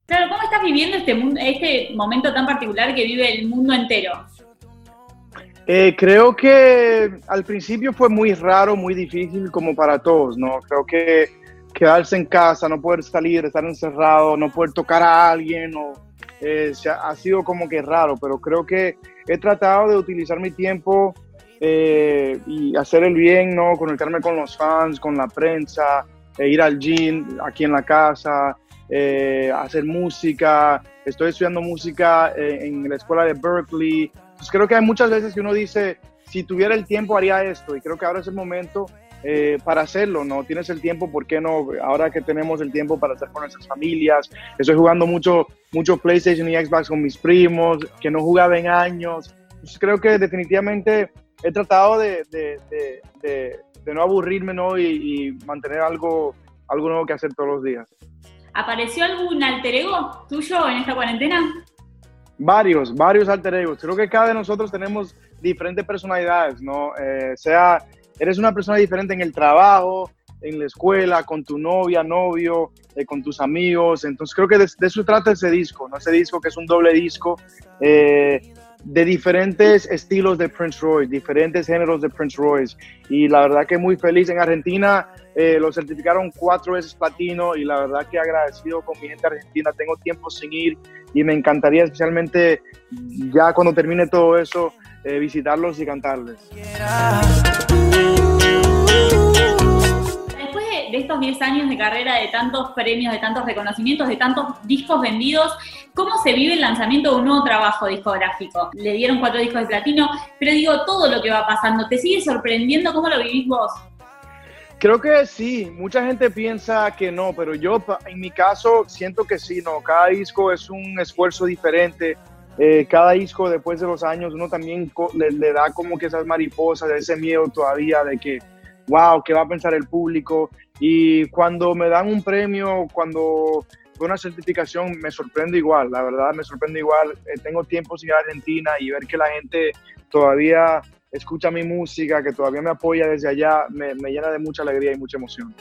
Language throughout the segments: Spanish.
Claro, ¿cómo estás viviendo este momento tan particular que vive el mundo entero? Creo que al principio fue muy raro, muy difícil como para todos, ¿no? Creo que quedarse en casa, no poder salir, estar encerrado, no poder tocar a alguien, ha sido como que raro, pero creo que he tratado de utilizar mi tiempo y hacer el bien, ¿no? Conectarme con los fans, con la prensa, ir al gym aquí en la casa, hacer música. Estoy estudiando música en la escuela de Berkeley. Pues creo que hay muchas veces que uno dice, si tuviera el tiempo haría esto, y creo que ahora es el momento para hacerlo, ¿no? Tienes el tiempo, ¿por qué no? Ahora que tenemos el tiempo para estar con nuestras familias, estoy jugando mucho PlayStation y Xbox con mis primos, que no jugaba en años. Entonces creo que definitivamente he tratado de no aburrirme, ¿no? Y mantener algo nuevo que hacer todos los días. ¿Apareció algún alter ego tuyo en esta cuarentena? Varios alter egos. Creo que cada de nosotros tenemos diferentes personalidades, ¿no? Eres una persona diferente en el trabajo, en la escuela, con tu novia, novio, con tus amigos. Entonces creo que de eso trata ese disco, ¿no? Ese disco que es un doble disco de diferentes estilos de Prince Royce, diferentes géneros de Prince Royce. Y la verdad que muy feliz. En Argentina lo certificaron 4 veces platino y la verdad que agradecido con mi gente argentina. Tengo tiempo sin ir y me encantaría especialmente ya cuando termine todo eso visitarlos y cantarles. Después de estos 10 años de carrera, de tantos premios, de tantos reconocimientos, de tantos discos vendidos, ¿cómo se vive el lanzamiento de un nuevo trabajo discográfico? Le dieron 4 discos de platino, pero digo, todo lo que va pasando, ¿te sigue sorprendiendo? ¿Cómo lo vivís vos? Creo que sí, mucha gente piensa que no, pero yo en mi caso siento que sí, no, cada disco es un esfuerzo diferente, cada disco después de los años uno también le da como que esas mariposas, ese miedo todavía de que, wow, ¿qué va a pensar el público? Y cuando me dan un premio, cuando una certificación, me sorprende igual, la verdad me sorprende igual, tengo tiempo sin ir a Argentina y ver que la gente todavía escucha mi música, que todavía me apoya desde allá, me llena de mucha alegría y mucha emoción.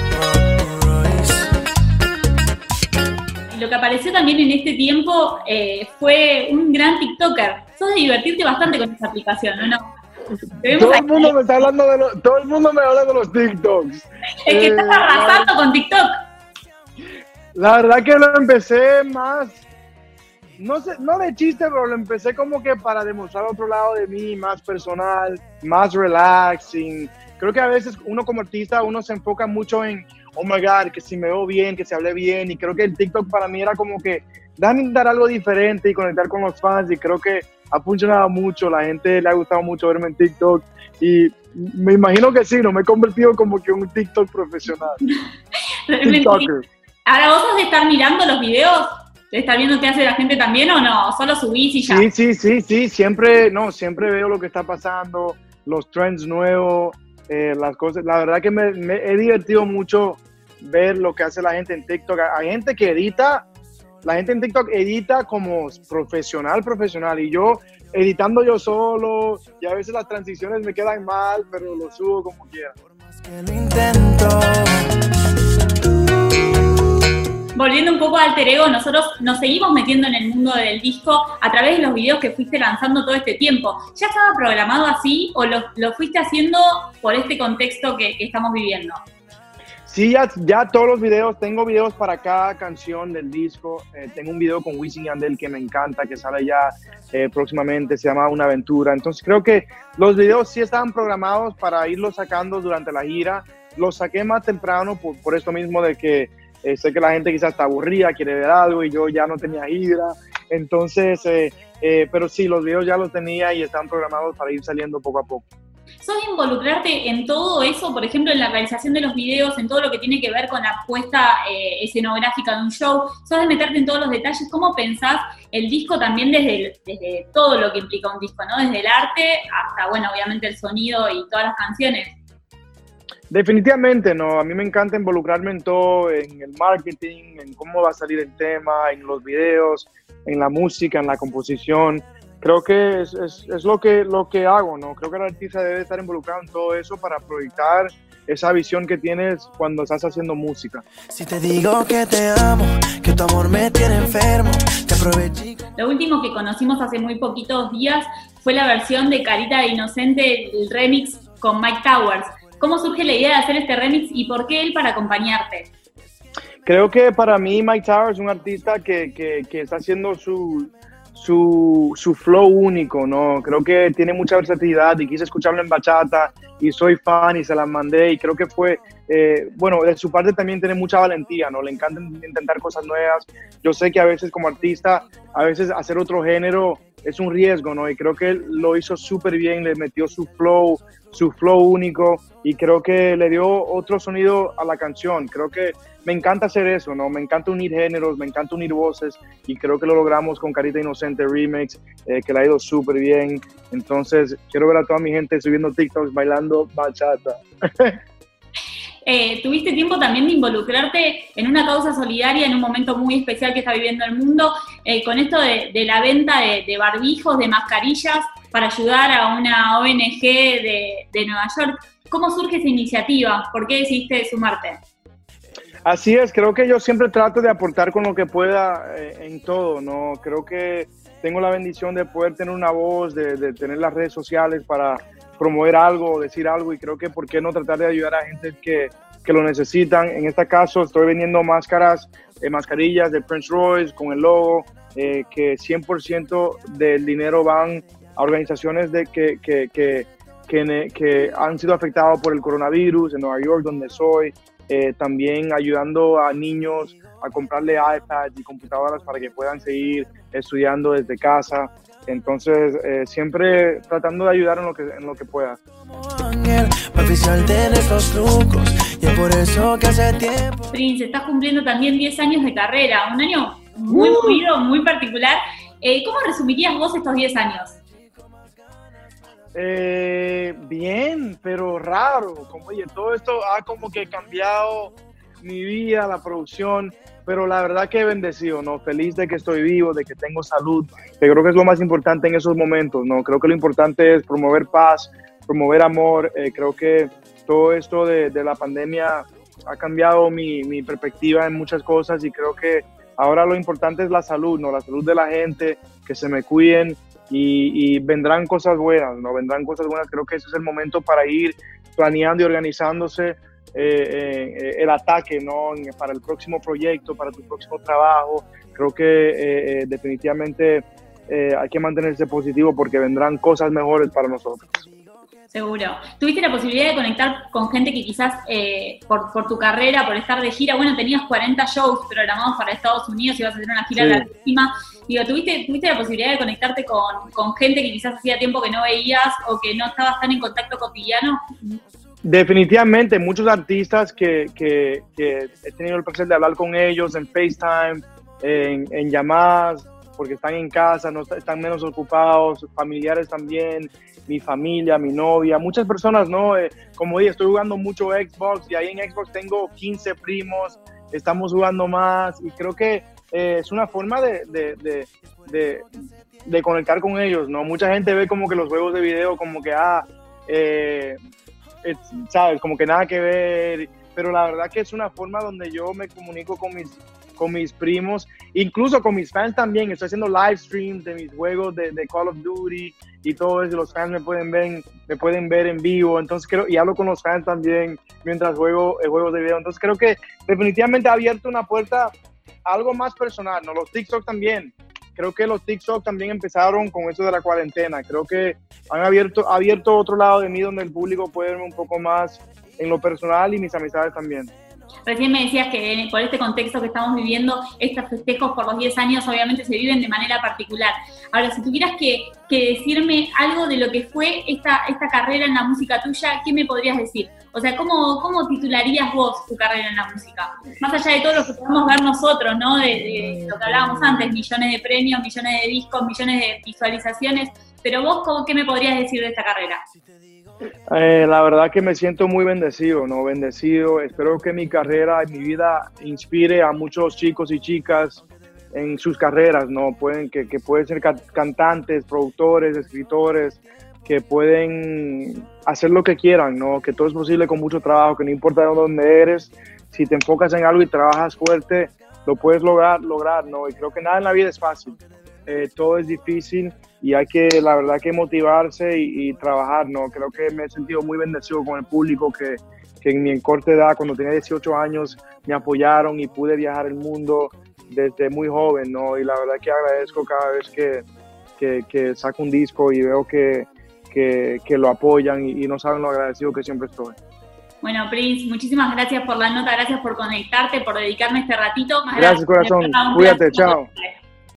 Lo que apareció también en este tiempo fue un gran TikToker. Sos de divertirte bastante con esta aplicación, ¿no? Todo el mundo me está hablando todo el mundo me habla de los TikToks. Es que estás arrasando con TikTok. La verdad que lo empecé más, no sé, no de chiste, pero lo empecé como que para demostrar otro lado de mí, más personal, más relaxing. Creo que a veces uno como artista, uno se enfoca mucho en, oh my God, que si me veo bien, que se hable bien. Y creo que el TikTok para mí era como que, déjame dar algo diferente y conectar con los fans. Y creo que ha funcionado mucho, la gente le ha gustado mucho verme en TikTok. Y me imagino que sí, no me he convertido como que un TikTok profesional. TikToker. Ahora, ¿vos sos de estar mirando los videos? ¿De estar viendo qué hace la gente también o no? ¿Solo subís y ya? Sí, siempre veo lo que está pasando, los trends nuevos, las cosas. La verdad que me he divertido mucho ver lo que hace la gente en TikTok. Hay gente que edita, la gente en TikTok edita como profesional, y yo editando yo solo, y a veces las transiciones me quedan mal, pero lo subo como quiera. Volviendo un poco a Alter Ego, nosotros nos seguimos metiendo en el mundo del disco a través de los videos que fuiste lanzando todo este tiempo. ¿Ya estaba programado así o lo fuiste haciendo por este contexto que estamos viviendo? Sí, ya todos los videos, tengo videos para cada canción del disco. Tengo un video con Wisin y Yandel que me encanta, que sale ya próximamente, se llama Una Aventura. Entonces creo que los videos sí estaban programados para irlos sacando durante la gira. Los saqué más temprano por esto mismo de que sé que la gente quizás está aburrida, quiere ver algo y yo ya no tenía gira. Entonces, pero sí, los videos ya los tenía y están programados para ir saliendo poco a poco. ¿Sos de involucrarte en todo eso, por ejemplo, en la realización de los videos, en todo lo que tiene que ver con la puesta escenográfica de un show? ¿Sos de meterte en todos los detalles? ¿Cómo pensás el disco también desde todo lo que implica un disco, ¿no? Desde el arte hasta, bueno, obviamente el sonido y todas las canciones. Definitivamente, no. A mí me encanta involucrarme en todo, en el marketing, en cómo va a salir el tema, en los videos, en la música, en la composición. Creo que es lo que hago, ¿no? Creo que el artista debe estar involucrado en todo eso para proyectar esa visión que tienes cuando estás haciendo música. Si te digo que te amo, que tu amor me tiene enfermo, te aproveché. Lo último que conocimos hace muy poquitos días fue la versión de Carita de Inocente, el remix con Mike Towers. ¿Cómo surge la idea de hacer este remix y por qué él para acompañarte? Creo que para mí Mike Towers es un artista que está haciendo su flow único, ¿no? Creo que tiene mucha versatilidad y quise escucharlo en bachata y soy fan y se la mandé y creo que fue, bueno, de su parte también tiene mucha valentía, ¿no? Le encanta intentar cosas nuevas. Yo sé que a veces como artista, a veces hacer otro género es un riesgo, ¿no? Y creo que él lo hizo súper bien, le metió su flow único y creo que le dio otro sonido a la canción. Creo que me encanta hacer eso, ¿no? Me encanta unir géneros, me encanta unir voces y creo que lo logramos con Carita Inocente Remix, que le ha ido súper bien. Entonces, quiero ver a toda mi gente subiendo TikToks bailando bachata. Tuviste tiempo también de involucrarte en una causa solidaria en un momento muy especial que está viviendo el mundo, con esto de la venta de barbijos, de mascarillas, para ayudar a una ONG de Nueva York. ¿Cómo surge esa iniciativa? ¿Por qué decidiste sumarte? Así es, creo que yo siempre trato de aportar con lo que pueda en todo, ¿no? Creo que tengo la bendición de poder tener una voz, de tener las redes sociales para promover algo, decir algo, y creo que por qué no tratar de ayudar a gente que lo necesitan. En este caso estoy vendiendo mascarillas de Prince Royce con el logo, que 100% del dinero van a organizaciones que han sido afectadas por el coronavirus en Nueva York, donde soy. También ayudando a niños a comprarle iPads y computadoras para que puedan seguir estudiando desde casa. Entonces, siempre tratando de ayudar en lo que pueda. Prince, estás cumpliendo también 10 años de carrera, un año muy movido, muy particular. ¿Cómo resumirías vos estos 10 años? Bien, pero raro. Oye, todo esto ha como que cambiado mi vida, la producción, pero la verdad que bendecido, ¿no? Feliz de que estoy vivo, de que tengo salud, que creo que es lo más importante en esos momentos, ¿no? Creo que lo importante es promover paz, promover amor. Creo que todo esto de la pandemia ha cambiado mi perspectiva en muchas cosas y creo que ahora lo importante es la salud, ¿no? La salud de la gente, que se me cuiden. Y vendrán cosas buenas, ¿no? Vendrán cosas buenas. Creo que ese es el momento para ir planeando y organizándose el ataque, ¿no? Para el próximo proyecto, para tu próximo trabajo. Creo que definitivamente hay que mantenerse positivo porque vendrán cosas mejores para nosotros. Seguro. ¿Tuviste la posibilidad de conectar con gente que quizás por tu carrera, por estar de gira, bueno, tenías 40 shows programados para Estados Unidos y ibas a hacer una gira larguísima? Digo, ¿tuviste la posibilidad de conectarte con gente que quizás hacía tiempo que no veías o que no estabas tan en contacto cotidiano? Definitivamente, muchos artistas que he tenido el placer de hablar con ellos en FaceTime, en llamadas, porque están en casa, no están menos ocupados, familiares también, mi familia, mi novia, muchas personas, ¿no? Como dije, estoy jugando mucho Xbox y ahí en Xbox tengo 15 primos, estamos jugando más y creo que es una forma de conectar con ellos, ¿no? Mucha gente ve como que los juegos de video como que, ¿sabes? Como que nada que ver, pero la verdad que es una forma donde yo me comunico con mis primos, incluso con mis fans también. Estoy haciendo live streams de mis juegos de Call of Duty y todo eso. Los fans me pueden ver en vivo, entonces y hablo con los fans también mientras juego juegos de video. Entonces creo que definitivamente ha abierto una puerta a algo más personal, ¿no? Los TikTok también. Creo que los TikTok también empezaron con eso de la cuarentena. Creo que han abierto otro lado de mí donde el público puede verme un poco más en lo personal y mis amistades también. Recién me decías que por este contexto que estamos viviendo, estos festejos por los 10 años obviamente se viven de manera particular. Ahora, si tuvieras que decirme algo de lo que fue esta carrera en la música tuya, ¿qué me podrías decir? O sea, ¿cómo titularías vos tu carrera en la música? Más allá de todo lo que podemos ver nosotros, ¿no? De lo que hablábamos antes, millones de premios, millones de discos, millones de visualizaciones, pero vos, ¿qué me podrías decir de esta carrera? La verdad que me siento muy bendecido, ¿no? Bendecido. Espero que mi carrera y mi vida inspire a muchos chicos y chicas en sus carreras, ¿no? Que pueden ser cantantes, productores, escritores, que pueden hacer lo que quieran, ¿no? Que todo es posible con mucho trabajo, que no importa de dónde eres, si te enfocas en algo y trabajas fuerte, lo puedes lograr, ¿no? Y creo que nada en la vida es fácil, todo es difícil y hay que, la verdad, que motivarse y trabajar, ¿no? Creo que me he sentido muy bendecido con el público que en mi corta edad, cuando tenía 18 años, me apoyaron y pude viajar el mundo desde muy joven, ¿no? Y la verdad que agradezco cada vez que saco un disco y veo que lo apoyan y no saben lo agradecido que siempre estoy. Bueno, Prince, muchísimas gracias por la nota, gracias por conectarte, por dedicarme este ratito. Gracias, corazón. Cuídate, chao.